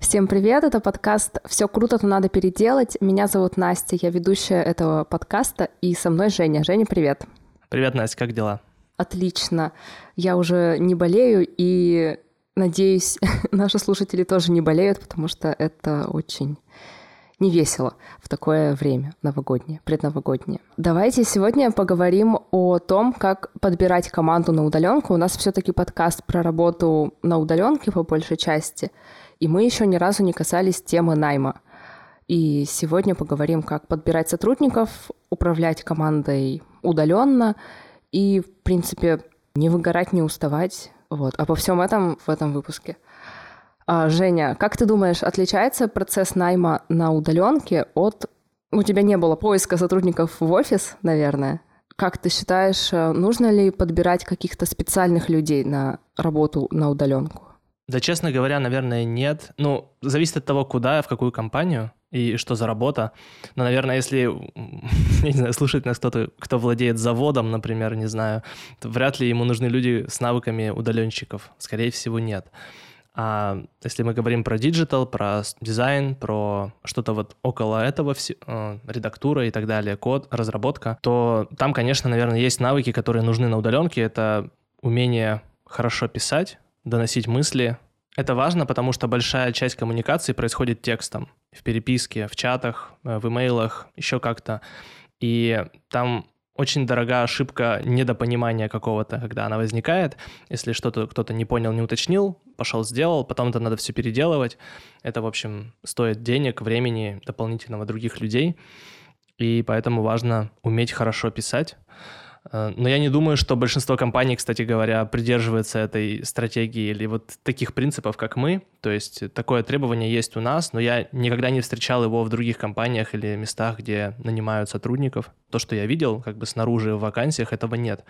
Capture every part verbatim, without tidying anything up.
Всем привет, это подкаст «Все круто, но надо переделать». Меня зовут Настя, я ведущая этого подкаста, и со мной Женя. Женя, привет. Привет, Настя, как дела? Отлично. Я уже не болею, и надеюсь, наши слушатели тоже не болеют, потому что это очень не весело в такое время новогоднее, предновогоднее. Давайте сегодня поговорим о том, как подбирать команду на удаленку. У нас все-таки подкаст про работу на удаленке по большей части, и мы еще ни разу не касались темы найма. И сегодня поговорим, как подбирать сотрудников, управлять командой удаленно и, в принципе, не выгорать, не уставать. Вот. Обо всем этом в этом выпуске. А, Женя, как ты думаешь, отличается процесс найма на удаленке от... У тебя не было поиска сотрудников в офис, наверное. Как ты считаешь, нужно ли подбирать каких-то специальных людей на работу на удаленку? Да, честно говоря, наверное, нет. Ну, зависит от того, куда, в какую компанию и что за работа. Но, наверное, если, я не знаю, слушает нас кто-то, кто владеет заводом, например, не знаю, то вряд ли ему нужны люди с навыками удаленщиков. Скорее всего, нет. А если мы говорим про диджитал, про дизайн, про что-то вот около этого, редактура и так далее, код, разработка, то там, конечно, наверное, есть навыки, которые нужны на удаленке. Это умение хорошо писать, доносить мысли. Это важно, потому что большая часть коммуникации происходит текстом, в переписке, в чатах, в имейлах, еще как-то. И там очень дорогая ошибка недопонимания какого-то, когда она возникает. Если что-то кто-то не понял, не уточнил, пошел, сделал, потом это надо все переделывать. Это, в общем, стоит денег, времени дополнительного других людей. И поэтому важно уметь хорошо писать. Но я не думаю, что большинство компаний, кстати говоря, придерживается этой стратегии или вот таких принципов, как мы. То есть такое требование есть у нас, но я никогда не встречал его в других компаниях или местах, где нанимают сотрудников. То, что я видел как бы снаружи в вакансиях, этого нет.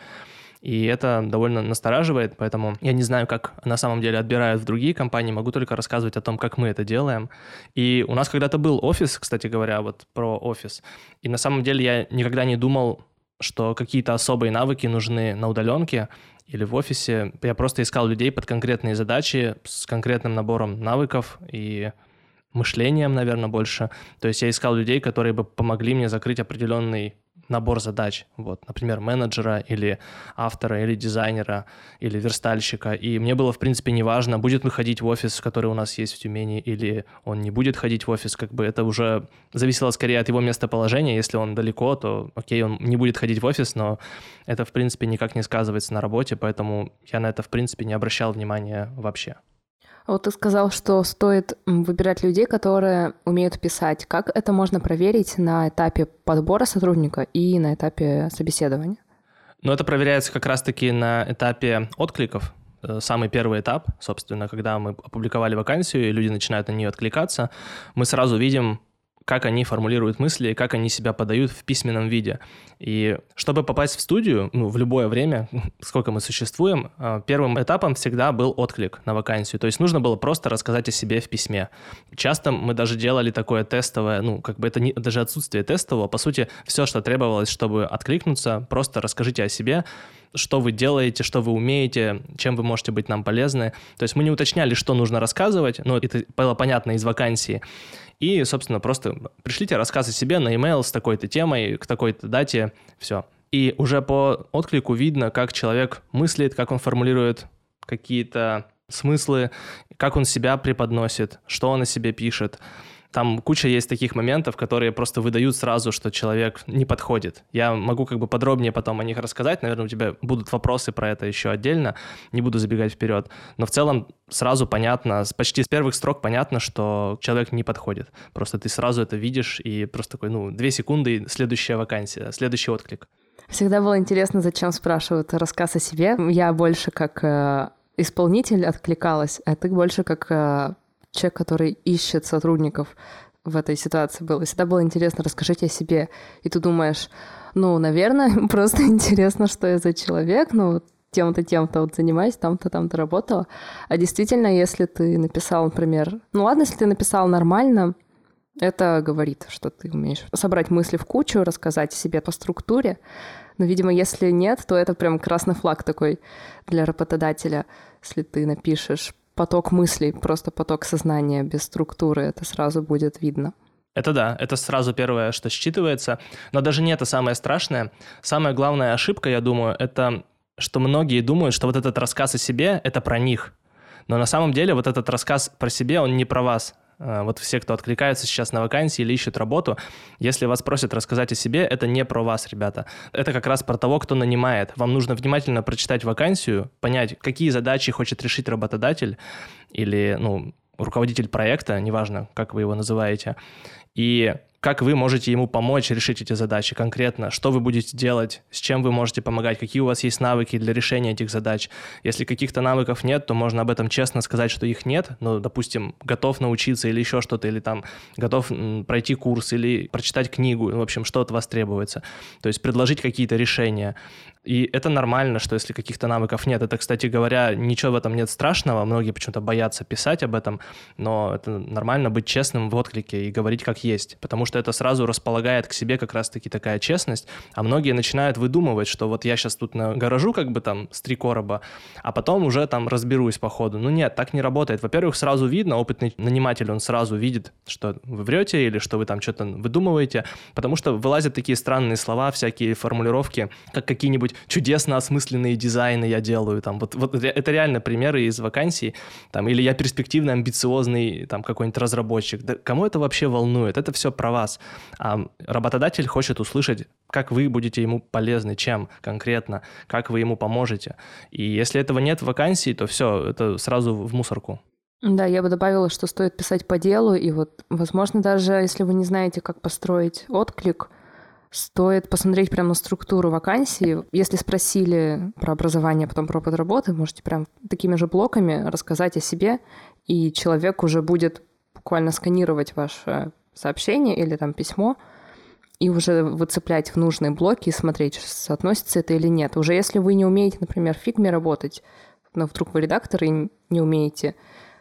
И это довольно настораживает, поэтому я не знаю, как на самом деле отбирают в другие компании, могу только рассказывать о том, как мы это делаем. И у нас когда-то был офис, кстати говоря, вот про офис. И на самом деле я никогда не думал, что какие-то особые навыки нужны на удаленке или в офисе. Я просто искал людей под конкретные задачи с конкретным набором навыков и мышлением, наверное, больше. То есть я искал людей, которые бы помогли мне закрыть определенный набор задач. Вот, например, менеджера или автора, или дизайнера, или верстальщика. И мне было, в принципе, неважно, будет он ходить в офис, который у нас есть в Тюмени, или он не будет ходить в офис. Как бы это уже зависело скорее от его местоположения. Если он далеко, то окей, он не будет ходить в офис, но это, в принципе, никак не сказывается на работе, поэтому я на это, в принципе, не обращал внимания вообще. Вот ты сказал, что стоит выбирать людей, которые умеют писать. Как это можно проверить на этапе подбора сотрудника и на этапе собеседования? Ну, это проверяется как раз-таки на этапе откликов. Самый первый этап, собственно, когда мы опубликовали вакансию, и люди начинают на нее откликаться, мы сразу видим, как они формулируют мысли, как они себя подают в письменном виде. И чтобы попасть в студию, ну, в любое время, сколько мы существуем, первым этапом всегда был отклик на вакансию. То есть нужно было просто рассказать о себе в письме. Часто мы даже делали такое тестовое, ну, как бы это не, даже отсутствие тестового. По сути, все, что требовалось, чтобы откликнуться, просто расскажите о себе, что вы делаете, что вы умеете, чем вы можете быть нам полезны. То есть мы не уточняли, что нужно рассказывать, но это было понятно из вакансии. И, собственно, просто пришлите рассказ о себе на e-mail с такой-то темой, к такой-то дате, все. И уже по отклику видно, как человек мыслит, как он формулирует какие-то смыслы, как он себя преподносит, что он о себе пишет. Там куча есть таких моментов, которые просто выдают сразу, что человек не подходит. Я могу как бы подробнее потом о них рассказать. Наверное, у тебя будут вопросы про это еще отдельно. Не буду забегать вперед. Но в целом сразу понятно, почти с первых строк понятно, что человек не подходит. Просто ты сразу это видишь и просто такой, ну, две секунды и следующая вакансия, следующий отклик. Всегда было интересно, зачем спрашивают рассказ о себе. Я больше как э, исполнитель откликалась, а ты больше как... Э, человек, который ищет сотрудников в этой ситуации был. И всегда было интересно, расскажите о себе. И ты думаешь, ну, наверное, просто интересно, что я за человек, ну, тем-то, тем-то вот занимаюсь, там-то, там-то работала. А действительно, если ты написал, например... Ну, ладно, если ты написал нормально, это говорит, что ты умеешь собрать мысли в кучу, рассказать о себе по структуре. Но, видимо, если нет, то это прям красный флаг такой для работодателя. Если ты напишешь поток мыслей, просто поток сознания без структуры, это сразу будет видно. Это да, это сразу первое, что считывается. Но даже не это самое страшное. Самая главная ошибка, я думаю, это что многие думают, что вот этот рассказ о себе – это про них. Но на самом деле вот этот рассказ про себе, он не про вас. Вот все, кто откликается сейчас на вакансии или ищут работу, если вас просят рассказать о себе, это не про вас, ребята. Это как раз про того, кто нанимает. Вам нужно внимательно прочитать вакансию, понять, какие задачи хочет решить работодатель или, ну, руководитель проекта, неважно, как вы его называете, и как вы можете ему помочь решить эти задачи конкретно, что вы будете делать, с чем вы можете помогать, какие у вас есть навыки для решения этих задач. Если каких-то навыков нет, то можно об этом честно сказать, что их нет, ну, допустим, готов научиться или еще что-то, или там готов пройти курс, или прочитать книгу, в общем, что от вас требуется. То есть предложить какие-то решения. И это нормально, что если каких-то навыков нет. Это, кстати говоря, ничего в этом нет страшного. Многие почему-то боятся писать об этом, но это нормально быть честным в отклике и говорить как есть, потому что это сразу располагает к себе как раз-таки такая честность, а многие начинают выдумывать, что вот я сейчас тут нагорожу как бы там с три короба, а потом уже там разберусь по ходу. Ну нет, так не работает. Во-первых, сразу видно, опытный наниматель, он сразу видит, что вы врете или что вы там что-то выдумываете, потому что вылазят такие странные слова, всякие формулировки, как какие-нибудь чудесно осмысленные дизайны я делаю, там, вот, вот это реально примеры из вакансий, там, или я перспективный, амбициозный, там, какой-нибудь разработчик. Да кому это вообще волнует? Это все про вас. А работодатель хочет услышать, как вы будете ему полезны, чем конкретно, как вы ему поможете. И если этого нет в вакансии, то все, это сразу в мусорку. Да, я бы добавила, что стоит писать по делу, и вот, возможно, даже если вы не знаете, как построить отклик, стоит посмотреть прямо на структуру вакансии. Если спросили про образование, потом про опыт работы, можете прям такими же блоками рассказать о себе, и человек уже будет буквально сканировать ваше сообщение или там письмо и уже выцеплять в нужные блоки и смотреть, соотносится это или нет. Уже если вы не умеете, например, в фигме работать, но вдруг вы редактор и не умеете,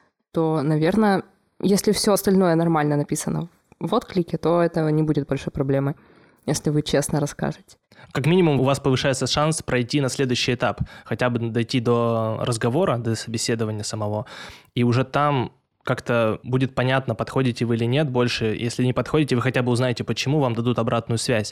то, наверное, если все остальное нормально написано в отклике, то это не будет большой проблемой, если вы честно расскажете. Как минимум у вас повышается шанс пройти на следующий этап, хотя бы дойти до разговора, до собеседования самого, и уже там как-то будет понятно, подходите вы или нет больше. Если не подходите, вы хотя бы узнаете, почему, вам дадут обратную связь.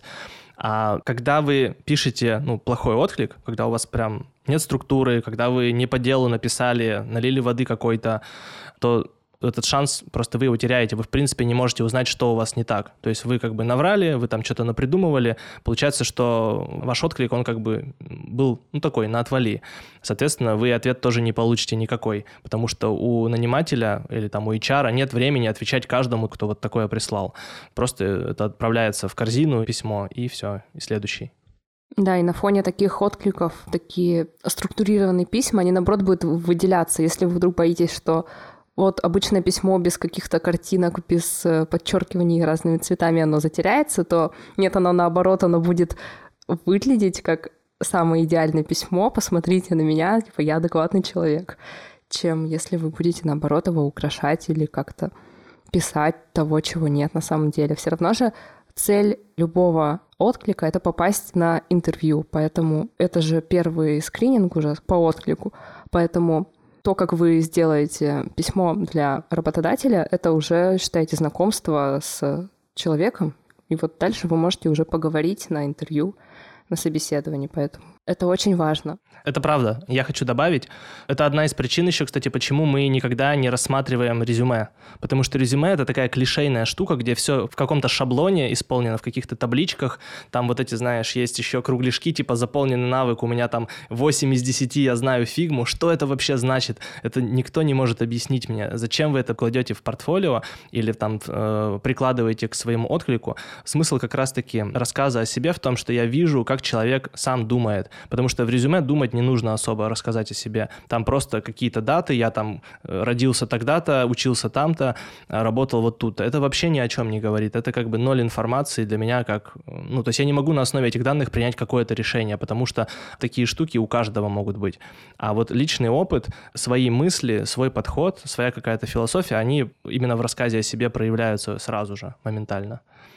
А когда вы пишете, ну, плохой отклик, когда у вас прям нет структуры, когда вы не по делу написали, налили воды какой-то, то этот шанс просто вы его теряете. Вы, в принципе, не можете узнать, что у вас не так. То есть вы как бы наврали, вы там что-то напридумывали. Получается, что ваш отклик, он как бы был, ну, такой, на отвали. Соответственно, вы ответ тоже не получите никакой, потому что у нанимателя или там у эйч ар нет времени отвечать каждому, кто вот такое прислал. Просто это отправляется в корзину письмо, и все, и следующий. Да, и на фоне таких откликов, такие структурированные письма, они, наоборот, будут выделяться. Если вы вдруг боитесь, что вот обычное письмо без каких-то картинок, без подчеркиваний разными цветами оно затеряется, то нет, оно наоборот, оно будет выглядеть как самое идеальное письмо. Посмотрите на меня, типа я адекватный человек, чем если вы будете наоборот его украшать или как-то писать того, чего нет на самом деле. Все равно же цель любого отклика — это попасть на интервью, поэтому это же первый скрининг уже по отклику, поэтому то, как вы сделаете письмо для работодателя, это уже, считайте, знакомство с человеком. И вот дальше вы можете уже поговорить на интервью, на собеседовании. Поэтому это очень важно. Это правда. Я хочу добавить, это одна из причин еще, кстати, почему мы никогда не рассматриваем резюме. Потому что резюме — это такая клишейная штука, где все в каком-то шаблоне исполнено, в каких-то табличках. Там вот эти, знаешь, есть еще кругляшки, типа заполненный навык, у меня там восемь из десяти, я знаю фигму. Что это вообще значит? Это никто не может объяснить мне. Зачем вы это кладете в портфолио или там э, прикладываете к своему отклику? Смысл как раз-таки рассказа о себе в том, что я вижу, как человек сам думает. Потому что в резюме думать не нужно особо, рассказать о себе. Там просто какие-то даты, я там родился тогда-то, учился там-то, работал вот тут. Это вообще ни о чем не говорит. Это как бы ноль информации для меня, как... Ну, то есть я не могу на основе этих данных принять какое-то решение, потому что такие штуки у каждого могут быть. А вот личный опыт, свои мысли, свой подход, своя какая-то философия, они именно в рассказе о себе проявляются сразу же, моментально.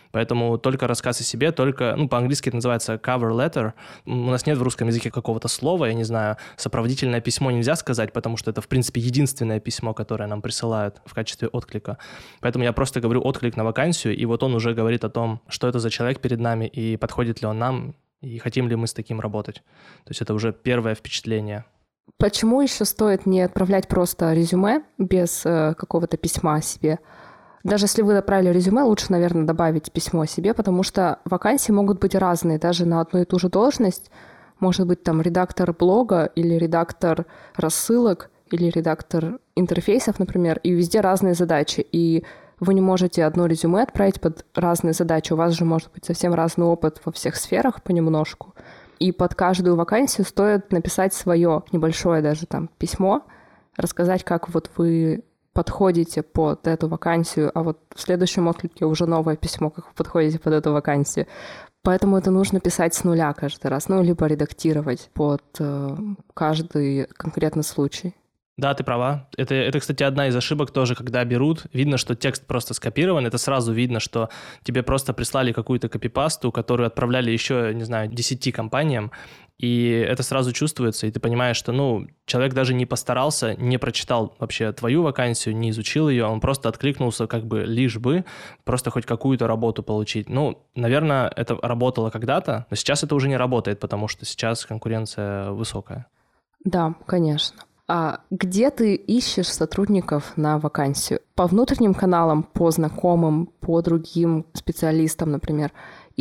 Поэтому только рассказ о себе, только, ну, по-английски это называется cover letter. У нас нет в русском языке какого-то слова, я не знаю, сопроводительное письмо нельзя сказать, потому что это, в принципе, единственное письмо, которое нам присылают в качестве отклика. Поэтому я просто говорю отклик на вакансию, и вот он уже говорит о том, что это за человек перед нами, и подходит ли он нам, и хотим ли мы с таким работать. То есть это уже первое впечатление. Почему еще стоит не отправлять просто резюме без э, какого-то письма о себе? Даже если вы отправили резюме, лучше, наверное, добавить письмо о себе, потому что вакансии могут быть разные. Даже на одну и ту же должность может быть там редактор блога или редактор рассылок или редактор интерфейсов, например, и везде разные задачи. И вы не можете одно резюме отправить под разные задачи. У вас же может быть совсем разный опыт во всех сферах понемножку. И под каждую вакансию стоит написать свое небольшое даже там письмо, рассказать, как вот вы подходите под эту вакансию, а вот в следующем отклике уже новое письмо, как вы подходите под эту вакансию. Поэтому это нужно писать с нуля каждый раз, ну, либо редактировать под э, каждый конкретный случай. Да, ты права. Это, это, кстати, одна из ошибок тоже, когда берут, видно, что текст просто скопирован, это сразу видно, что тебе просто прислали какую-то копипасту, которую отправляли еще, не знаю, десяти компаниям, и это сразу чувствуется, и ты понимаешь, что, ну, человек даже не постарался, не прочитал вообще твою вакансию, не изучил ее, он просто откликнулся как бы лишь бы просто хоть какую-то работу получить. Ну, наверное, это работало когда-то, но сейчас это уже не работает, потому что сейчас конкуренция высокая. Да, конечно. А где ты ищешь сотрудников на вакансию? По внутренним каналам, по знакомым, по другим специалистам, например?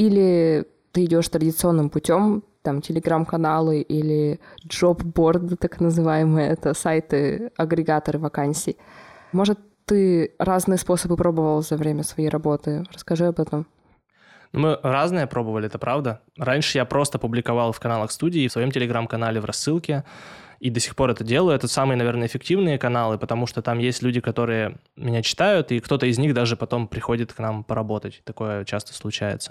Или ты идешь традиционным путем, там, телеграм-каналы или джоб-борды, так называемые, это сайты, агрегаторы вакансий? Может, ты разные способы пробовал за время своей работы? Расскажи об этом. Ну, мы разные пробовали, это правда. Раньше я просто публиковал в каналах студии, в своем телеграм-канале, в рассылке, и до сих пор это делаю. Это самые, наверное, эффективные каналы, потому что там есть люди, которые меня читают, и кто-то из них даже потом приходит к нам поработать. Такое часто случается.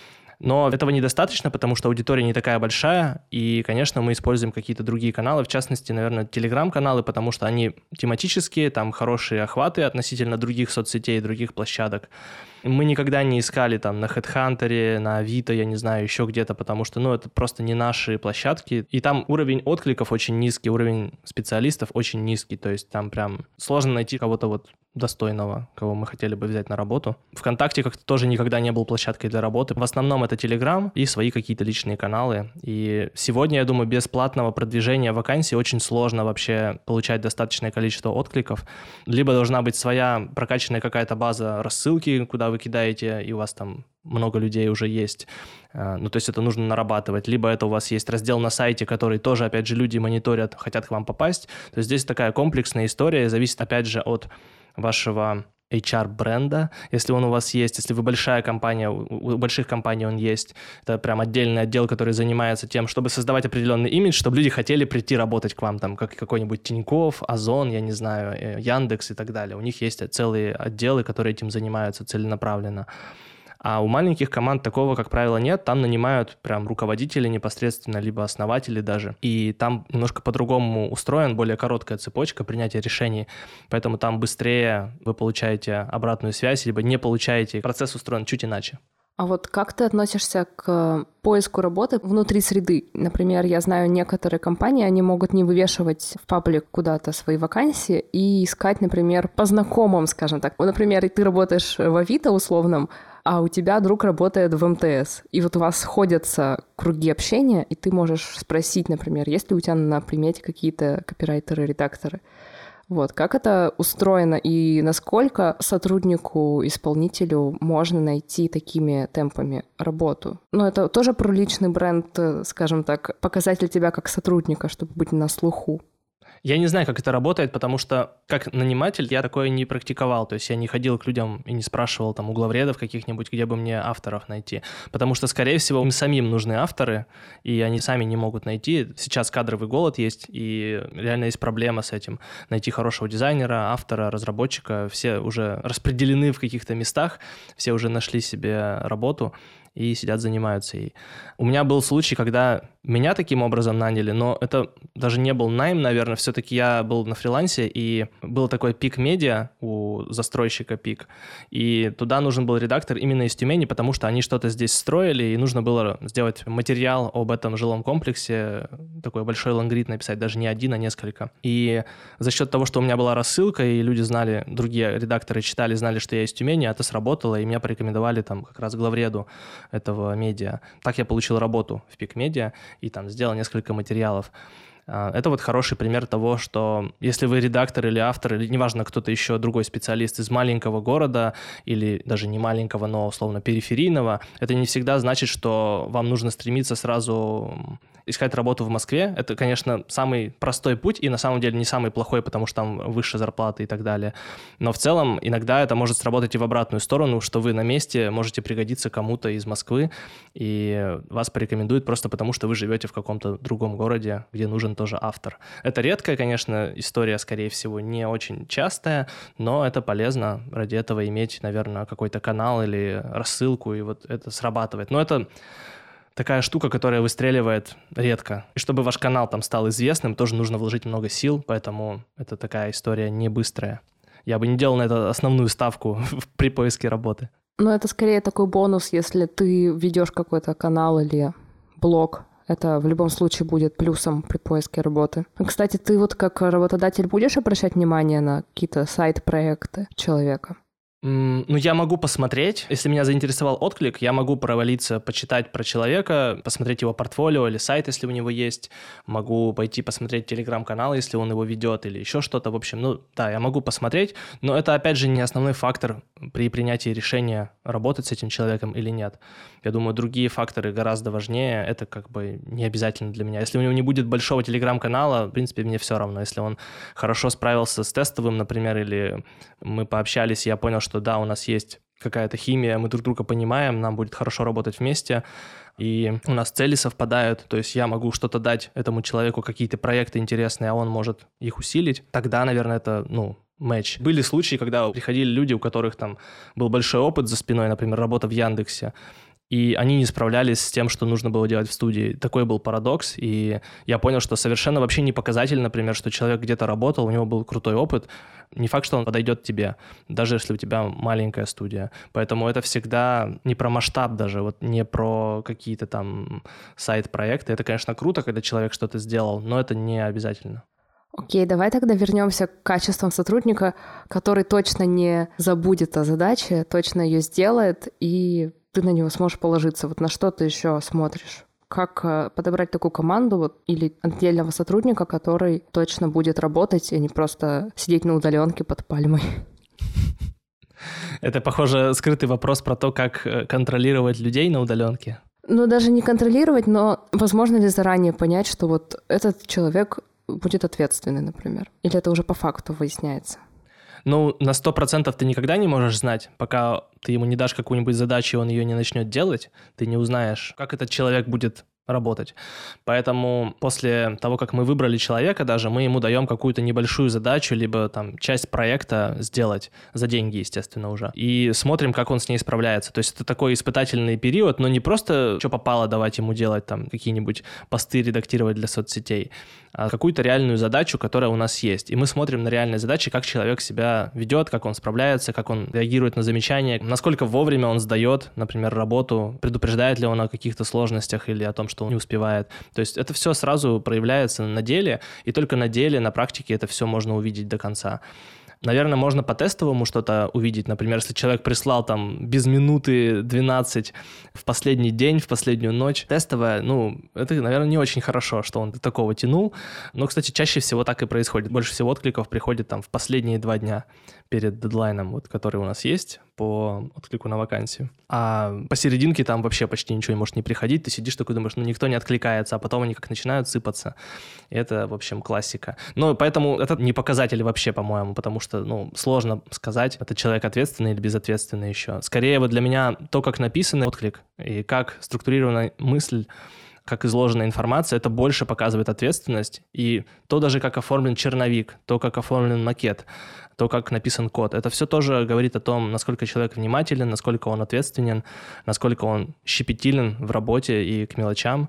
Но этого недостаточно, потому что аудитория не такая большая, и, конечно, мы используем какие-то другие каналы, в частности, наверное, телеграм-каналы, потому что они тематические, там хорошие охваты относительно других соцсетей, других площадок. Мы никогда не искали там на HeadHunter, на Авито, я не знаю, еще где-то, потому что, ну, это просто не наши площадки. И там уровень откликов очень низкий, уровень специалистов очень низкий, то есть там прям сложно найти кого-то вот достойного, кого мы хотели бы взять на работу. ВКонтакте как-то тоже никогда не был площадкой для работы. В основном это Telegram и свои какие-то личные каналы. И сегодня, я думаю, без платного продвижения вакансий очень сложно вообще получать достаточное количество откликов. Либо должна быть своя прокачанная какая-то база рассылки, куда вы кидаете, и у вас там много людей уже есть. Ну, то есть это нужно нарабатывать. Либо это у вас есть раздел на сайте, который тоже, опять же, люди мониторят, хотят к вам попасть. То есть здесь такая комплексная история, зависит, опять же, от вашего эйч ар-бренда, если он у вас есть, если вы большая компания, у больших компаний он есть, это прям отдельный отдел, который занимается тем, чтобы создавать определенный имидж, чтобы люди хотели прийти работать к вам, там, как какой-нибудь Тинькофф, Озон, я не знаю, Яндекс и так далее. У них есть целые отделы, которые этим занимаются целенаправленно. А у маленьких команд такого, как правило, нет. Там нанимают прям руководители непосредственно, либо основатели даже. И там немножко по-другому устроен, более короткая цепочка принятия решений. Поэтому там быстрее вы получаете обратную связь, либо не получаете. Процесс устроен чуть иначе. А вот как ты относишься к поиску работы внутри среды? Например, я знаю некоторые компании, они могут не вывешивать в паблик куда-то свои вакансии и искать, например, по знакомым, скажем так. Например, ты работаешь в Авито условном, а у тебя друг работает в эм тэ эс. И вот у вас сходятся круги общения, и ты можешь спросить, например, есть ли у тебя на примете какие-то копирайтеры, редакторы. Вот. Как это устроено и насколько сотруднику, исполнителю можно найти такими темпами работу? Ну, это тоже про личный бренд, скажем так, показатель тебя как сотрудника, чтобы быть на слуху. Я не знаю, как это работает, потому что как наниматель я такое не практиковал. То есть я не ходил к людям и не спрашивал там у главредов каких-нибудь, где бы мне авторов найти. Потому что, скорее всего, им самим нужны авторы, и они сами не могут найти. Сейчас кадровый голод есть, и реально есть проблема с этим. Найти хорошего дизайнера, автора, разработчика. Все уже распределены в каких-то местах, все уже нашли себе работу и сидят, занимаются ей. У меня был случай, когда Меня таким образом наняли, но это даже не был найм, наверное, все-таки я был на фрилансе, и был такой Пик Медиа у застройщика Пик, и туда нужен был редактор именно из Тюмени, потому что они что-то здесь строили, и нужно было сделать материал об этом жилом комплексе, такой большой лонгрид написать, даже не один, а несколько. И за счет того, что у меня была рассылка, и люди знали, другие редакторы читали, знали, что я из Тюмени, это сработало, и меня порекомендовали там как раз главреду этого медиа. Так я получил работу в Пик Медиа, и там сделал несколько материалов. Это вот хороший пример того, что если вы редактор или автор, или неважно, кто-то еще другой специалист из маленького города, или даже не маленького, но условно периферийного, это не всегда значит, что вам нужно стремиться сразу искать работу в Москве. Это, конечно, самый простой путь и на самом деле не самый плохой, потому что там выше зарплаты и так далее. Но в целом иногда это может сработать и в обратную сторону, что вы на месте можете пригодиться кому-то из Москвы, и вас порекомендуют просто потому, что вы живете в каком-то другом городе, где нужен тоже автор. Это редкая, конечно, история, скорее всего, не очень частая, но это полезно ради этого иметь, наверное, какой-то канал или рассылку, и вот это срабатывает. Но это такая штука, которая выстреливает редко. И чтобы ваш канал там стал известным, тоже нужно вложить много сил, поэтому это такая история не быстрая. Я бы не делал на это основную ставку при поиске работы. Но это скорее такой бонус, если ты ведешь какой-то канал или блог. Это в любом случае будет плюсом при поиске работы. Кстати, ты вот как работодатель будешь обращать внимание на какие-то сайт-проекты человека? Ну, я могу посмотреть. Если меня заинтересовал отклик, я могу провалиться, почитать про человека, посмотреть его портфолио или сайт, если у него есть. Могу пойти посмотреть телеграм-канал, если он его ведет, или еще что-то. В общем, ну, да, я могу посмотреть, но это, опять же, не основной фактор при принятии решения, работать с этим человеком или нет. Я думаю, другие факторы гораздо важнее. Это как бы не обязательно для меня. Если у него не будет большого телеграм-канала, в принципе, мне все равно. Если он хорошо справился с тестовым, например, или мы пообщались, и я понял, что да, у нас есть какая-то химия, мы друг друга понимаем, нам будет хорошо работать вместе, и у нас цели совпадают, то есть я могу что-то дать этому человеку, какие-то проекты интересные, а он может их усилить, тогда, наверное, это, ну, матч. Были случаи, когда приходили люди, у которых там был большой опыт за спиной, например, работа в Яндексе, и они не справлялись с тем, что нужно было делать в студии. Такой был парадокс, и я понял, что совершенно вообще не показатель, например, что человек где-то работал, у него был крутой опыт. Не факт, что он подойдет тебе, даже если у тебя маленькая студия. Поэтому это всегда не про масштаб даже, вот не про какие-то там сайт-проекты. Это, конечно, круто, когда человек что-то сделал, но это не обязательно. Окей, давай тогда вернемся к качествам сотрудника, который точно не забудет о задаче, точно ее сделает, и ты на него сможешь положиться. Вот на что ты еще смотришь? Как подобрать такую команду вот, или отдельного сотрудника, который точно будет работать, а не просто сидеть на удаленке под пальмой? Это, похоже, скрытый вопрос про то, как контролировать людей на удаленке. Ну, даже не контролировать, но возможно ли заранее понять, что вот этот человек будет ответственный, например? Или это уже по факту выясняется? Ну, на сто процентов ты никогда не можешь знать, пока ты ему не дашь какую-нибудь задачу, и он ее не начнет делать, ты не узнаешь, как этот человек будет работать. Поэтому после того, как мы выбрали человека даже, мы ему даем какую-то небольшую задачу, либо там часть проекта сделать за деньги, естественно, уже. И смотрим, как он с ней справляется. То есть это такой испытательный период, но не просто что попало давать ему делать, там какие-нибудь посты редактировать для соцсетей, а какую-то реальную задачу, которая у нас есть. И мы смотрим на реальные задачи, как человек себя ведет, как он справляется, как он реагирует на замечания, насколько вовремя он сдает, например, работу, предупреждает ли он о каких-то сложностях или о том, что он не успевает. То есть это все сразу проявляется на деле, и только на деле, на практике это все можно увидеть до конца. Наверное, можно по-тестовому что-то увидеть. Например, если человек прислал там без минуты двенадцать в последний день, в последнюю ночь. Тестовое, ну, это, наверное, не очень хорошо, что он до такого тянул. Но, кстати, чаще всего так и происходит. Больше всего откликов приходит там в последние два дня перед дедлайном, вот, который у нас есть по отклику на вакансию. А посерединке там вообще почти ничего не может не приходить. Ты сидишь такой, думаешь, ну, никто не откликается, а потом они как начинают сыпаться. И это, в общем, классика. Но поэтому это не показатель вообще, по-моему, потому что, ну, сложно сказать, это человек ответственный или безответственный еще. Скорее, вот для меня то, как написан отклик и как структурирована мысль, как изложена информация, это больше показывает ответственность. И то даже, как оформлен черновик, то, как оформлен макет, то, как написан код, это все тоже говорит о том, насколько человек внимателен, насколько он ответственен, насколько он щепетилен в работе и к мелочам.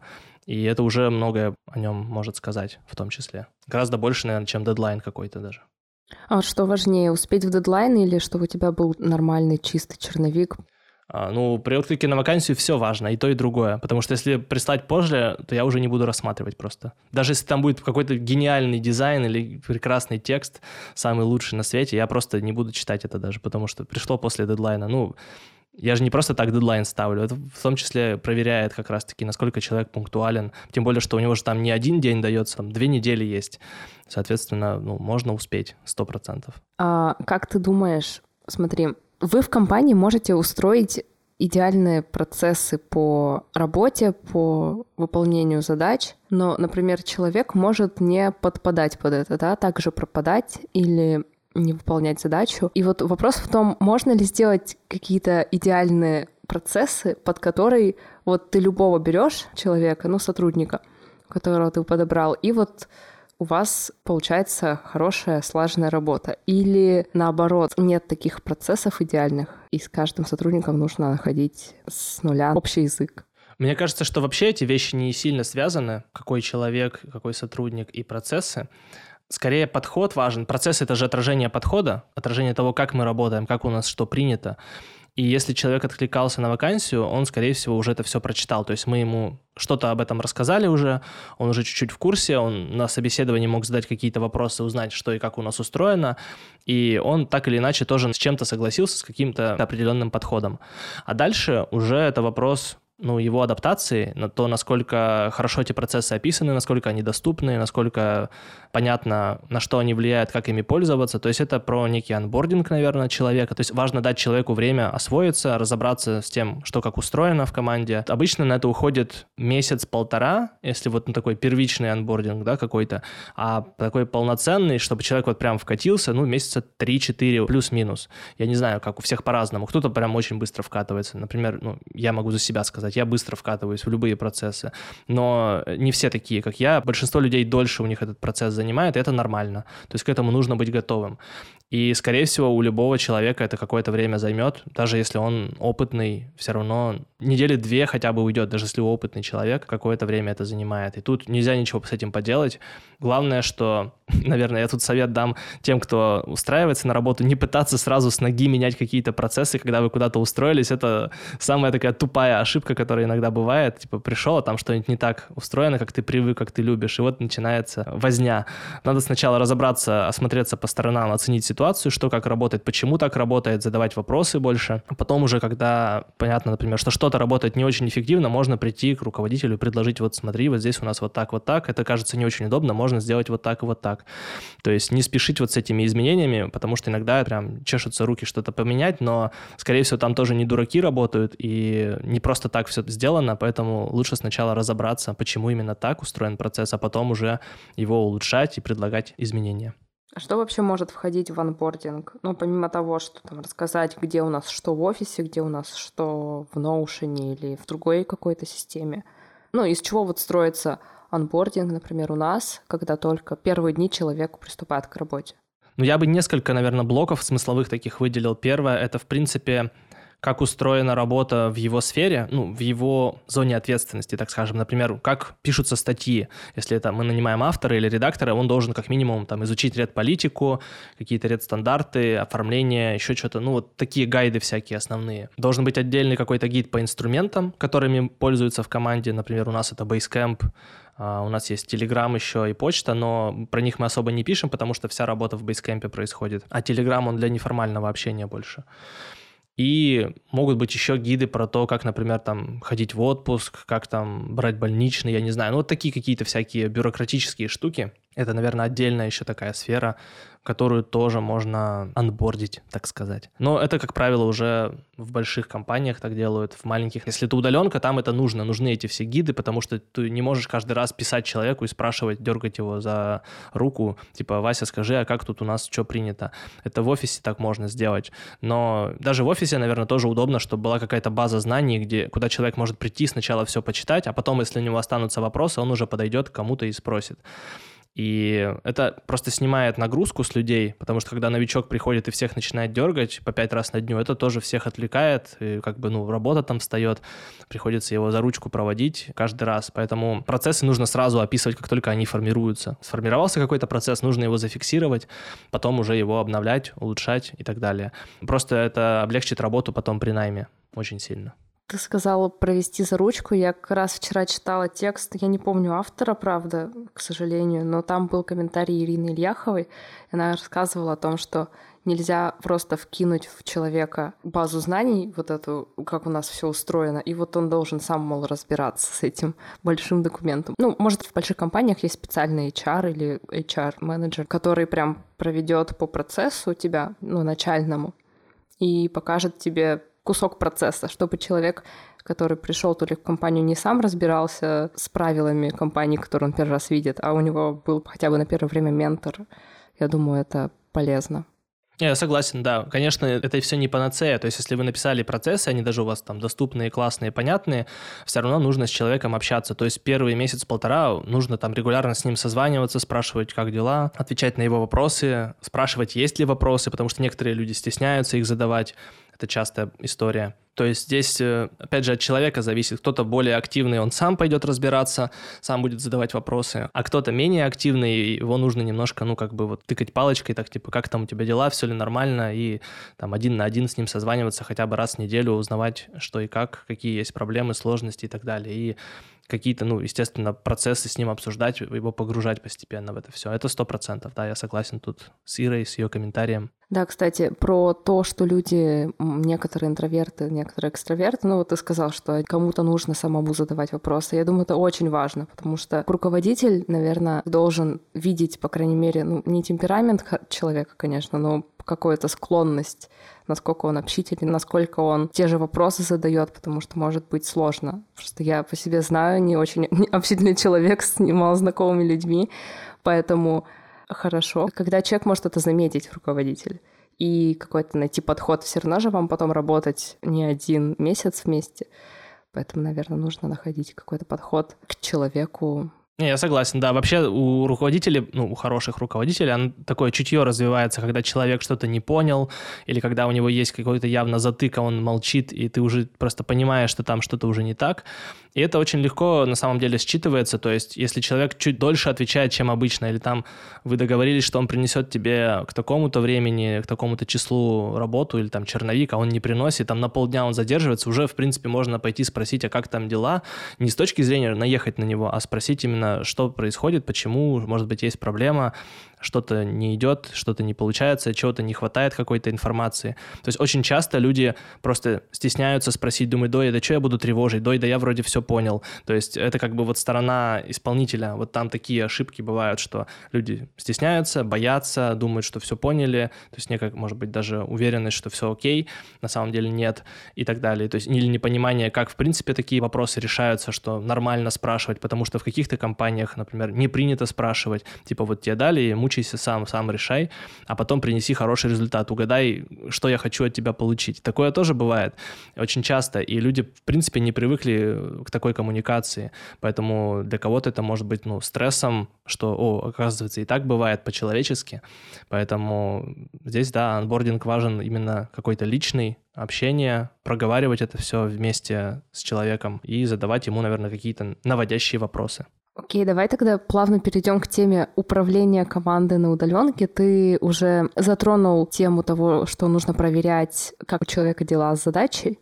И это уже многое о нем может сказать в том числе. Гораздо больше, наверное, чем дедлайн какой-то даже. А вот что важнее, успеть в дедлайн или чтобы у тебя был нормальный чистый черновик? А, ну, при отклике на вакансию все важно, и то, и другое. Потому что если прислать позже, то я уже не буду рассматривать просто. Даже если там будет какой-то гениальный дизайн или прекрасный текст, самый лучший на свете, я просто не буду читать это даже, потому что пришло после дедлайна. Ну, я же не просто так дедлайн ставлю, это в том числе проверяет как раз-таки, насколько человек пунктуален. Тем более, что у него же там не один день дается, там две недели есть. Соответственно, ну, можно успеть сто процентов. А как ты думаешь, смотри, вы в компании можете устроить идеальные процессы по работе, по выполнению задач, но, например, человек может не подпадать под это, да, также пропадать или не выполнять задачу. И вот вопрос в том, можно ли сделать какие-то идеальные процессы, под которые вот ты любого берешь человека, ну, сотрудника, которого ты подобрал, и вот у вас получается хорошая, слаженная работа. Или наоборот, нет таких процессов идеальных, и с каждым сотрудником нужно находить с нуля общий язык. Мне кажется, что вообще эти вещи не сильно связаны, какой человек, какой сотрудник и процессы. Скорее, подход важен. Процесс — это же отражение подхода, отражение того, как мы работаем, как у нас что принято. И если человек откликался на вакансию, он, скорее всего, уже это все прочитал. То есть мы ему что-то об этом рассказали уже, он уже чуть-чуть в курсе, он на собеседовании мог задать какие-то вопросы, узнать, что и как у нас устроено, и он так или иначе тоже с чем-то согласился, с каким-то определенным подходом. А дальше уже это вопрос... ну, его адаптации, на то, насколько хорошо эти процессы описаны, насколько они доступны, насколько понятно, на что они влияют, как ими пользоваться. То есть это про некий анбординг, наверное, человека. То есть важно дать человеку время освоиться, разобраться с тем, что как устроено в команде. Обычно на это уходит месяц-полтора, если вот на такой первичный анбординг, да, какой-то, а такой полноценный, чтобы человек вот прям вкатился, ну, месяца три-четыре плюс-минус. Я не знаю, как у всех по-разному. Кто-то прям очень быстро вкатывается. Например, ну, я могу за себя сказать, я быстро вкатываюсь в любые процессы, но не все такие, как я. Большинство людей дольше у них этот процесс занимает, и это нормально. То есть к этому нужно быть готовым. И, скорее всего, у любого человека это какое-то время займет, даже если он опытный, все равно недели две хотя бы уйдет, даже если опытный человек, какое-то время это занимает. И тут нельзя ничего с этим поделать. Главное, что, наверное, я тут совет дам тем, кто устраивается на работу, не пытаться сразу с ноги менять какие-то процессы, когда вы куда-то устроились. Это самая такая тупая ошибка, которая иногда бывает. Типа пришел, а там что-нибудь не так устроено, как ты привык, как ты любишь. И вот начинается возня. Надо сначала разобраться, осмотреться по сторонам, оценить ситуацию, что как работает, почему так работает, задавать вопросы больше. А потом уже, когда понятно, например, что что-то работает не очень эффективно, можно прийти к руководителю и предложить: вот смотри, вот здесь у нас вот так, вот так. Это кажется не очень удобно, можно сделать вот так и вот так. То есть не спешить вот с этими изменениями, потому что иногда прям чешутся руки что-то поменять, но, скорее всего, там тоже не дураки работают, и не просто так все сделано, поэтому лучше сначала разобраться, почему именно так устроен процесс, а потом уже его улучшать и предлагать изменения. А что вообще может входить в анбординг? Ну, помимо того, что там рассказать, где у нас что в офисе, где у нас что в Notion или в другой какой-то системе. Ну, из чего вот строится анбординг, например, у нас, когда только первые дни человек приступает к работе? Ну, я бы несколько, наверное, блоков смысловых таких выделил. Первое — это, в принципе, как устроена работа в его сфере, ну, в его зоне ответственности, так скажем. Например, как пишутся статьи. Если это мы нанимаем автора или редактора, он должен как минимум там изучить редполитику, какие-то редстандарты, оформление, еще что-то. Ну, вот такие гайды всякие основные. Должен быть отдельный какой-то гид по инструментам, которыми пользуются в команде. Например, у нас это Basecamp, Uh, у нас есть Telegram еще и почта, но про них мы особо не пишем, потому что вся работа в Basecamp происходит. А Telegram, он для неформального общения больше. И могут быть еще гиды про то, как, например, там ходить в отпуск, как там брать больничный, я не знаю. Ну, вот такие какие-то всякие бюрократические штуки. Это, наверное, отдельная еще такая сфера, которую тоже можно анбордить, так сказать. Но это, как правило, уже в больших компаниях так делают, в маленьких. Если это удаленка, там это нужно, нужны эти все гиды, потому что ты не можешь каждый раз писать человеку и спрашивать, дергать его за руку, типа: Вася, скажи, а как тут у нас что принято? Это в офисе так можно сделать. Но даже в офисе, наверное, тоже удобно, чтобы была какая-то база знаний, где, куда человек может прийти, сначала все почитать, а потом, если у него останутся вопросы, он уже подойдет к кому-то и спросит. И это просто снимает нагрузку с людей, потому что когда новичок приходит и всех начинает дергать по пять раз на дню, это тоже всех отвлекает, и как бы, ну, работа там встает, приходится его за ручку проводить каждый раз. Поэтому процессы нужно сразу описывать, как только они формируются. Сформировался какой-то процесс, нужно его зафиксировать, потом уже его обновлять, улучшать и так далее. Просто это облегчит работу потом при найме очень сильно. Ты сказала провести за ручку. Я как раз вчера читала текст, я не помню автора, правда, к сожалению, но там был комментарий Ирины Ильяховой. Она рассказывала о том, что нельзя просто вкинуть в человека базу знаний, вот эту, как у нас все устроено, и вот он должен сам, мол, разбираться с этим большим документом. Ну, может, в больших компаниях есть специальный эйч ар или эйч ар-менеджер, который прям проведет по процессу тебя, ну, начальному, и покажет тебе кусок процесса, чтобы человек, который пришел то ли в компанию, не сам разбирался с правилами компании, которую он первый раз видит, а у него был хотя бы на первое время ментор. Я думаю, это полезно. Я согласен, да. Конечно, это все не панацея. То есть, если вы написали процессы, они даже у вас там доступные, классные, понятные, все равно нужно с человеком общаться. То есть, первый месяц-полтора нужно там регулярно с ним созваниваться, спрашивать, как дела, отвечать на его вопросы, спрашивать, есть ли вопросы, потому что некоторые люди стесняются их задавать. Это частая история. То есть здесь, опять же, от человека зависит. Кто-то более активный, он сам пойдет разбираться, сам будет задавать вопросы. А кто-то менее активный, его нужно немножко, ну, как бы вот тыкать палочкой, так типа, как там у тебя дела, все ли нормально, и там один на один с ним созваниваться хотя бы раз в неделю, узнавать, что и как, какие есть проблемы, сложности и так далее. И какие-то, ну, естественно, процессы с ним обсуждать, его погружать постепенно в это все. Это сто процентов, да, я согласен тут с Ирой, с ее комментарием. Да, кстати, про то, что люди, некоторые интроверты, некоторые экстраверты, ну вот ты сказал, что кому-то нужно самому задавать вопросы. Я думаю, это очень важно, потому что руководитель, наверное, должен видеть, по крайней мере, ну, не темперамент человека, конечно, но какую-то склонность, насколько он общительный, насколько он те же вопросы задает, потому что может быть сложно. Просто я по себе знаю, не очень общительный человек с мало знакомыми людьми, поэтому хорошо, когда человек может это заметить, руководитель, и какой-то найти подход. Все равно же вам потом работать не один месяц вместе, поэтому, наверное, нужно находить какой-то подход к человеку. Не, я согласен, да. Вообще у руководителей, ну, у хороших руководителей, оно такое чутье развивается, когда человек что-то не понял, или когда у него есть какой-то явно затык, а он молчит, и ты уже просто понимаешь, что там что-то уже не так. И это очень легко на самом деле считывается, то есть если человек чуть дольше отвечает, чем обычно, или там вы договорились, что он принесет тебе к такому-то времени, к такому-то числу работу, или там черновик, а он не приносит, там на полдня он задерживается, уже, в принципе, можно пойти спросить, а как там дела, не с точки зрения наехать на него, а спросить именно, что происходит, почему, может быть, есть проблема, что-то не идет, что-то не получается, чего-то не хватает какой-то информации. То есть очень часто люди просто стесняются спросить, думают, дой, да что я буду тревожить, дой, да я вроде все понял. То есть это как бы вот сторона исполнителя. Вот там такие ошибки бывают, что люди стесняются, боятся, думают, что все поняли, то есть некая, может быть, даже уверенность, что все окей, на самом деле нет и так далее. То есть или непонимание, как в принципе такие вопросы решаются, что нормально спрашивать, потому что в каких-то компаниях, например, не принято спрашивать, типа вот тебе дали, мучайся сам, сам решай, а потом принеси хороший результат, угадай, что я хочу от тебя получить. Такое тоже бывает очень часто, и люди, в принципе, не привыкли к такой коммуникации, поэтому для кого-то это может быть, ну, стрессом, что, о, оказывается, и так бывает по-человечески, поэтому здесь, да, онбординг важен именно какой-то личный, общение, проговаривать это все вместе с человеком и задавать ему, наверное, какие-то наводящие вопросы. Окей, давай тогда плавно перейдем к теме управления командой на удаленке. Ты уже затронул тему того, что нужно проверять, как у человека дела с задачей,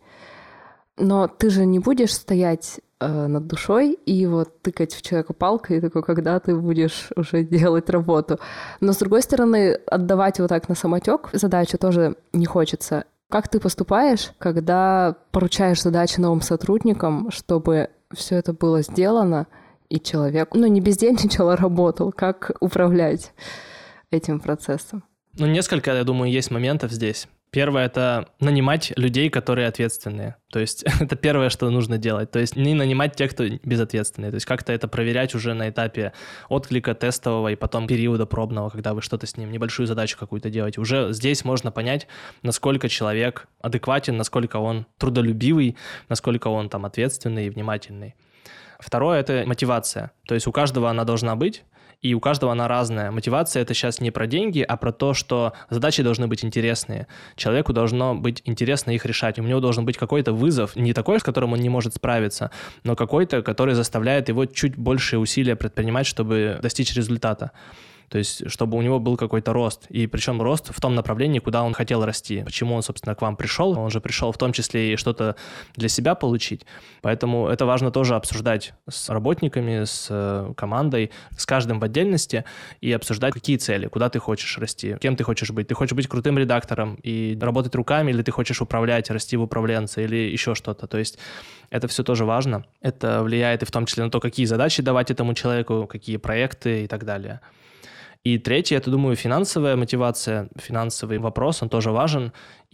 но ты же не будешь стоять э, над душой и вот тыкать в человека палкой, и такой, когда ты будешь уже делать работу. Но, с другой стороны, отдавать вот так на самотек задачу тоже не хочется. Как ты поступаешь, когда поручаешь задачи новым сотрудникам, чтобы все это было сделано, и человек, ну, не бездельничал, а работал? Как управлять этим процессом? Ну, несколько, я думаю, есть моментов здесь. Первое – это нанимать людей, которые ответственные. То есть это первое, что нужно делать. То есть не нанимать тех, кто безответственный. То есть как-то это проверять уже на этапе отклика тестового и потом периода пробного, когда вы что-то с ним, небольшую задачу какую-то делаете. Уже здесь можно понять, насколько человек адекватен, насколько он трудолюбивый, насколько он там ответственный и внимательный. Второе – это мотивация. То есть у каждого она должна быть, и у каждого она разная. Мотивация — это сейчас не про деньги, а про то, что задачи должны быть интересные. Человеку должно быть интересно их решать. У него должен быть какой-то вызов, не такой, с которым он не может справиться, но какой-то, который заставляет его чуть большие усилия предпринимать, чтобы достичь результата. То есть, чтобы у него был какой-то рост. И причем рост в том направлении, куда он хотел расти. Почему он, собственно, к вам пришел? Он же пришел в том числе и что-то для себя получить. Поэтому это важно тоже обсуждать с работниками, с командой, с каждым в отдельности и обсуждать, какие цели, куда ты хочешь расти, кем ты хочешь быть. Ты хочешь быть крутым редактором и работать руками, или ты хочешь управлять, расти в управленца, или еще что-то. То есть это все тоже важно. Это влияет и в том числе на то, какие задачи давать этому человеку, какие проекты и так далее. И третье, это, думаю, финансовая мотивация, финансовый вопрос, он тоже важен.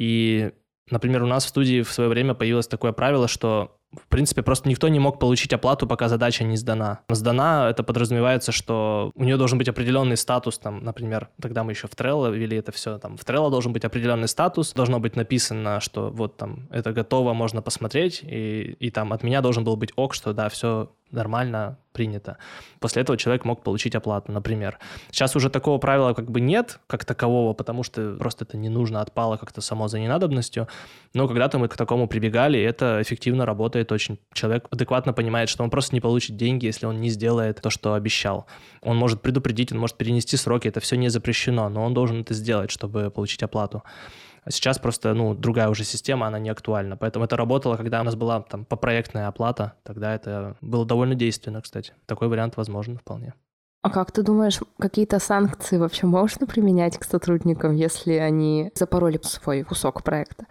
И, например, у нас в студии в свое время появилось такое правило, что, в принципе, просто никто не мог получить оплату, пока задача не сдана. Сдана, это подразумевается, что у нее должен быть определенный статус, там, например, тогда мы еще в Trello вели это все, там, в Trello должен быть определенный статус, должно быть написано, что вот там это готово, можно посмотреть, и, и там от меня должен был быть ок, что да, все нормально, принято. После этого человек мог получить оплату, например. Сейчас уже такого правила как бы нет, как такового, потому что просто это не нужно, отпало как-то само за ненадобностью. Но когда-то мы к такому прибегали, и это эффективно работает очень. Человек адекватно понимает, что он просто не получит деньги, если он не сделает то, что обещал. Он может предупредить, он может перенести сроки, это все не запрещено, но он должен это сделать, чтобы получить оплату. А сейчас просто, ну, другая уже система, она не актуальна. Поэтому это работало, когда у нас была там попроектная оплата. Тогда это было довольно действенно, кстати. Такой вариант возможен вполне. А как ты думаешь, какие-то санкции вообще можно применять к сотрудникам, если они запороли свой кусок проекта?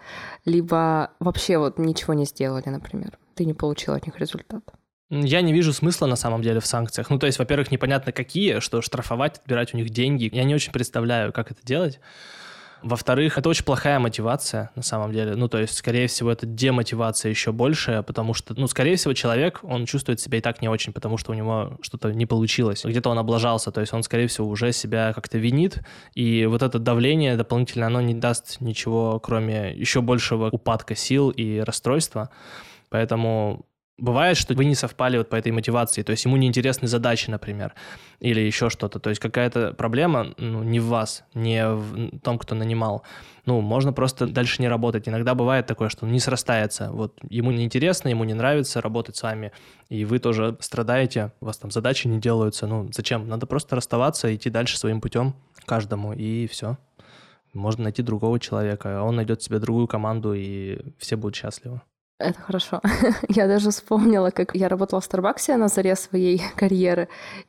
Либо вообще вот ничего не сделали, например? Ты не получил от них результат? Я не вижу смысла на самом деле в санкциях. Ну, то есть, во-первых, непонятно какие, что штрафовать, отбирать у них деньги. Я не очень представляю, как это делать. Во-вторых, это очень плохая мотивация, на самом деле. Ну, то есть, скорее всего, это демотивация еще большая, потому что, ну, скорее всего, человек, он чувствует себя и так не очень, потому что у него что-то не получилось. Где-то он облажался, то есть он, скорее всего, уже себя как-то винит, и вот это давление дополнительно, оно не даст ничего, кроме еще большего упадка сил и расстройства. Поэтому бывает, что вы не совпали вот по этой мотивации, то есть ему неинтересны задачи, например, или еще что-то, то есть какая-то проблема, ну, не в вас, не в том, кто нанимал. Ну, можно просто дальше не работать. Иногда бывает такое, что он не срастается. Вот ему неинтересно, ему не нравится работать с вами, и вы тоже страдаете, у вас там задачи не делаются. Ну, зачем? Надо просто расставаться, идти дальше своим путем каждому, и все. Можно найти другого человека, а он найдет себе другую команду, и все будут счастливы. Это хорошо. Я даже вспомнила, как я работала в Старбаксе на заре своей карьеры,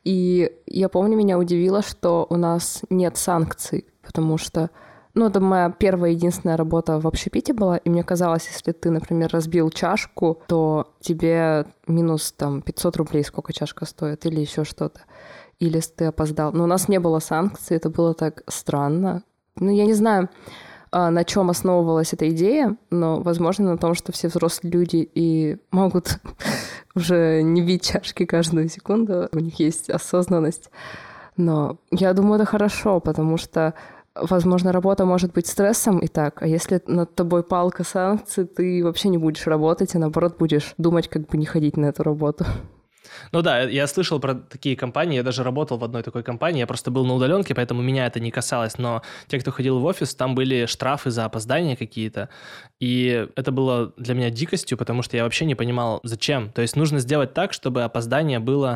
и я помню, меня удивило, что у нас нет санкций, потому что, ну, это моя первая единственная работа в общепите была, и мне казалось, если ты, например, разбил чашку, то тебе минус там пятьсот рублей, сколько чашка стоит, или еще что-то, или если ты опоздал. Но у нас не было санкций, это было так странно. Ну, я не знаю, на чем основывалась эта идея, но, возможно, на том, что все взрослые люди и могут уже не бить чашки каждую секунду, у них есть осознанность. Но я думаю, это хорошо, потому что, возможно, работа может быть стрессом и так, а если над тобой палка санкций, ты вообще не будешь работать, а наоборот будешь думать, как бы не ходить на эту работу. Ну да, я слышал про такие компании, я даже работал в одной такой компании, я просто был на удаленке, поэтому меня это не касалось, но те, кто ходил в офис, там были штрафы за опоздания какие-то, и это было для меня дикостью, потому что я вообще не понимал, зачем. То есть нужно сделать так, чтобы опоздание было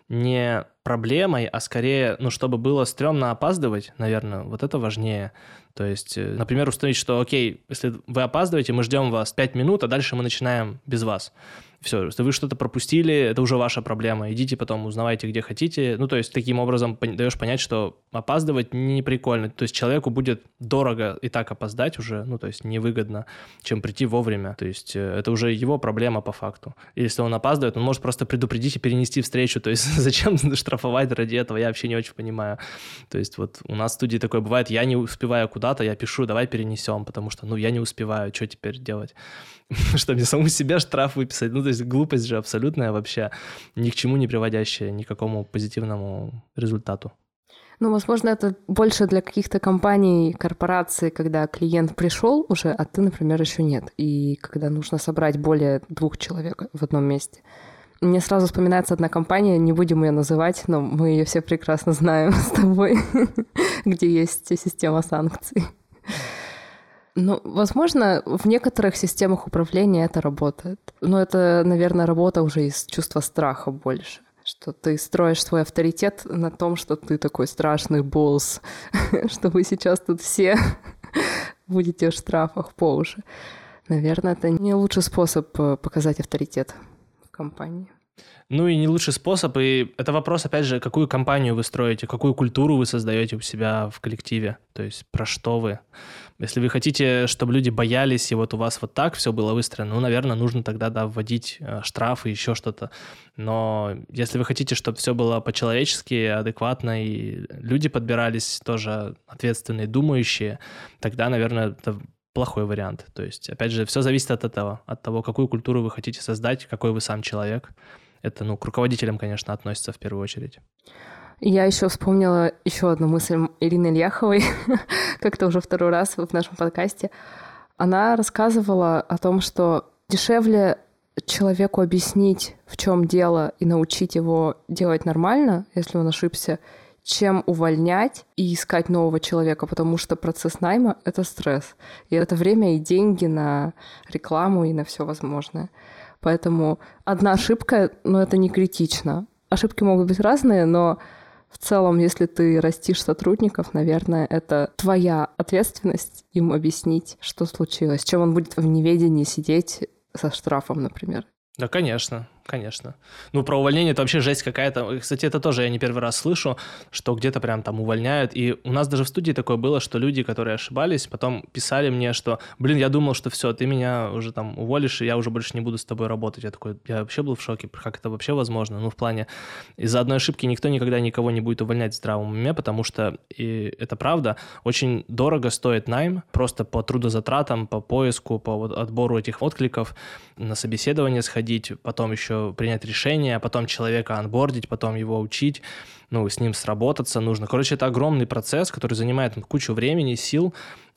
не проблемой, а скорее, ну, чтобы было стрёмно опаздывать, наверное, вот это важнее. То есть, например, установить, что, окей, если вы опаздываете, мы ждем вас пять минут, а дальше мы начинаем без вас. Все, если вы что-то пропустили, это уже ваша проблема. Идите потом, узнавайте, где хотите. Ну, то есть, таким образом даешь понять, что опаздывать не прикольно. То есть, человеку будет дорого и так опоздать уже, ну, то есть, невыгодно, чем прийти вовремя. То есть, это уже его проблема по факту. И если он опаздывает, он может просто предупредить и перенести встречу. То есть, зачем штрафовать ради этого, я вообще не очень понимаю. То есть, вот у нас в студии такое бывает, я не успеваю куда-то, я пишу, давай перенесем, потому что, ну, я не успеваю, что теперь делать? Что мне самому себе штраф выписать? Ну, то есть глупость же абсолютная вообще, ни к чему не приводящая, ни к какому позитивному результату. Ну, возможно, это больше для каких-то компаний, корпораций, когда клиент пришел уже, а ты, например, еще нет. И когда нужно собрать более двух человек в одном месте. Мне сразу вспоминается одна компания, не будем ее называть, но мы ее все прекрасно знаем с тобой, где есть система санкций. Ну, возможно, в некоторых системах управления это работает. Но это, наверное, работа уже из чувства страха больше. Что ты строишь свой авторитет на том, что ты такой страшный босс, что вы сейчас тут все будете в штрафах по уши. Наверное, это не лучший способ показать авторитет в компании. Ну и не лучший способ, и это вопрос, опять же, какую компанию вы строите, какую культуру вы создаете у себя в коллективе, то есть про что вы. Если вы хотите, чтобы люди боялись, и вот у вас вот так все было выстроено, ну, наверное, нужно тогда, да, вводить штрафы, еще что-то. Но если вы хотите, чтобы все было по-человечески, адекватно, и люди подбирались тоже ответственные, думающие, тогда, наверное, это плохой вариант. То есть, опять же, все зависит от этого, от того, какую культуру вы хотите создать, какой вы сам человек. Это, ну, к руководителям, конечно, относится в первую очередь. Я еще вспомнила еще одну мысль Ирины Ильяховой, как-то уже второй раз в нашем подкасте. Она рассказывала о том, что дешевле человеку объяснить, в чем дело, и научить его делать нормально, если он ошибся, чем увольнять и искать нового человека, потому что процесс найма — это стресс. И это время и деньги на рекламу и на все возможное. Поэтому одна ошибка, но это не критично. Ошибки могут быть разные, но в целом, если ты растишь сотрудников, наверное, это твоя ответственность им объяснить, что случилось, чем он будет в неведении сидеть со штрафом, например. Да, конечно, конечно. Ну, про увольнение — это вообще жесть какая-то. Кстати, это тоже я не первый раз слышу, что где-то прям там увольняют. И у нас даже в студии такое было, что люди, которые ошибались, потом писали мне, что, блин, я думал, что все, ты меня уже там уволишь, и я уже больше не буду с тобой работать. Я такой, я вообще был в шоке, как это вообще возможно? Ну, в плане, из-за одной ошибки никто никогда никого не будет увольнять в здравом уме, потому что, и это правда, очень дорого стоит найм, просто по трудозатратам, по поиску, по вот отбору этих откликов, на собеседование сходить, потом еще принять решение, а потом человека анбордить, потом его учить, ну, с ним сработаться нужно. Короче, это огромный процесс, который занимает кучу времени, сил,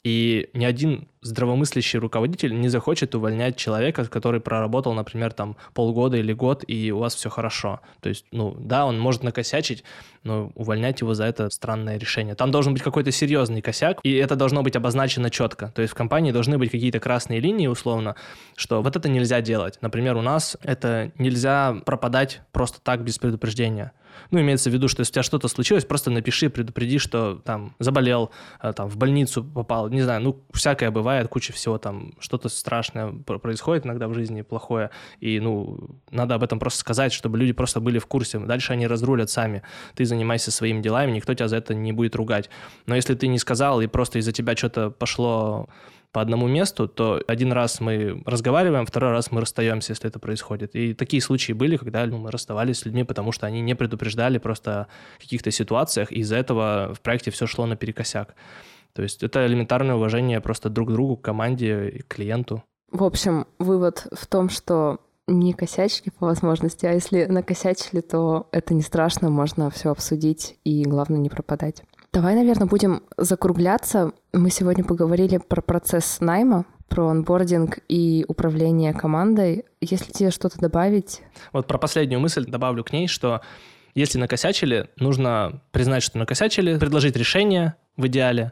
и ни один здравомыслящий руководитель не захочет увольнять человека, который проработал, например, там полгода или год, и у вас все хорошо. То есть, ну, да, он может накосячить, но увольнять его за это странное решение. Там должен быть какой-то серьезный косяк, и это должно быть обозначено четко. То есть в компании должны быть какие-то красные линии, условно, что вот это нельзя делать. Например, у нас это нельзя пропадать просто так без предупреждения. Ну, имеется в виду, что если у тебя что-то случилось, просто напиши, предупреди, что там заболел, там в больницу попал, не знаю, ну, всякое бывает, куча всего там, что-то страшное происходит иногда в жизни, плохое, и, ну, надо об этом просто сказать, чтобы люди просто были в курсе. Дальше они разрулят сами. Ты занимайся своими делами, никто тебя за это не будет ругать. Но если ты не сказал, и просто из-за тебя что-то пошло по одному месту, то один раз мы разговариваем, второй раз мы расстаемся, если это происходит. И такие случаи были, когда ну, мы расставались с людьми, потому что они не предупреждали просто о каких-то ситуациях, и из-за этого в проекте все шло наперекосяк. То есть это элементарное уважение просто друг к другу, к команде и к клиенту. В общем, вывод в том, что не косячки по возможности, а если накосячили, то это не страшно, можно все обсудить и, главное, не пропадать. Давай, наверное, будем закругляться. Мы сегодня поговорили про процесс найма, про онбординг и управление командой. Если тебе что-то добавить... Вот про последнюю мысль добавлю к ней, что если накосячили, нужно признать, что накосячили, предложить решение в идеале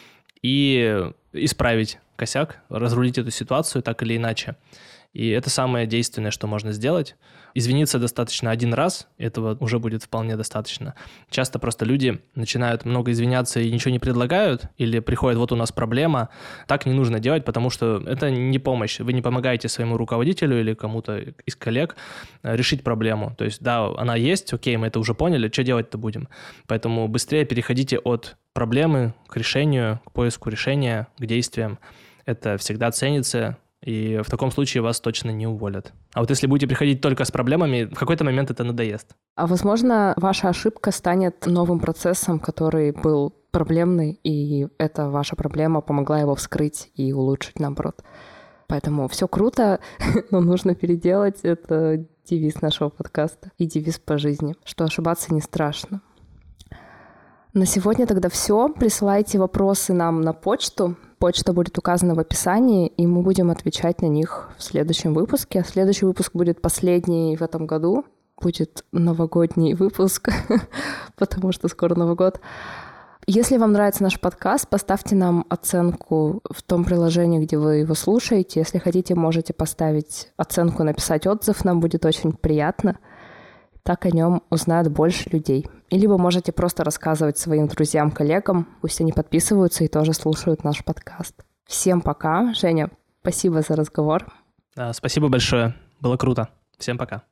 и исправить косяк, разрулить эту ситуацию так или иначе. И это самое действенное, что можно сделать. Извиниться достаточно один раз, этого уже будет вполне достаточно. Часто просто люди начинают много извиняться и ничего не предлагают, или приходят, вот у нас проблема. Так не нужно делать, потому что это не помощь. Вы не помогаете своему руководителю или кому-то из коллег решить проблему. То есть, да, она есть, окей, мы это уже поняли, что делать-то будем? Поэтому быстрее переходите от проблемы к решению, к поиску решения, к действиям. Это всегда ценится. И в таком случае вас точно не уволят. А вот если будете приходить только с проблемами, в какой-то момент это надоест. А возможно, ваша ошибка станет новым процессом, который был проблемный, и эта ваша проблема помогла его вскрыть и улучшить, наоборот. Поэтому все круто, но нужно переделать. Это девиз нашего подкаста и девиз по жизни, что ошибаться не страшно. На сегодня тогда все. Присылайте вопросы нам на почту почта будет указана в описании, и мы будем отвечать на них в следующем выпуске. Следующий выпуск будет последний в этом году. Будет новогодний выпуск, потому что скоро Новый год. Если вам нравится наш подкаст, поставьте нам оценку в том приложении, где вы его слушаете. Если хотите, можете поставить оценку, написать отзыв, нам будет очень приятно. Так о нем узнают больше людей. И либо можете просто рассказывать своим друзьям, коллегам, пусть они подписываются и тоже слушают наш подкаст. Всем пока. Женя, спасибо за разговор. Спасибо большое. Было круто. Всем пока.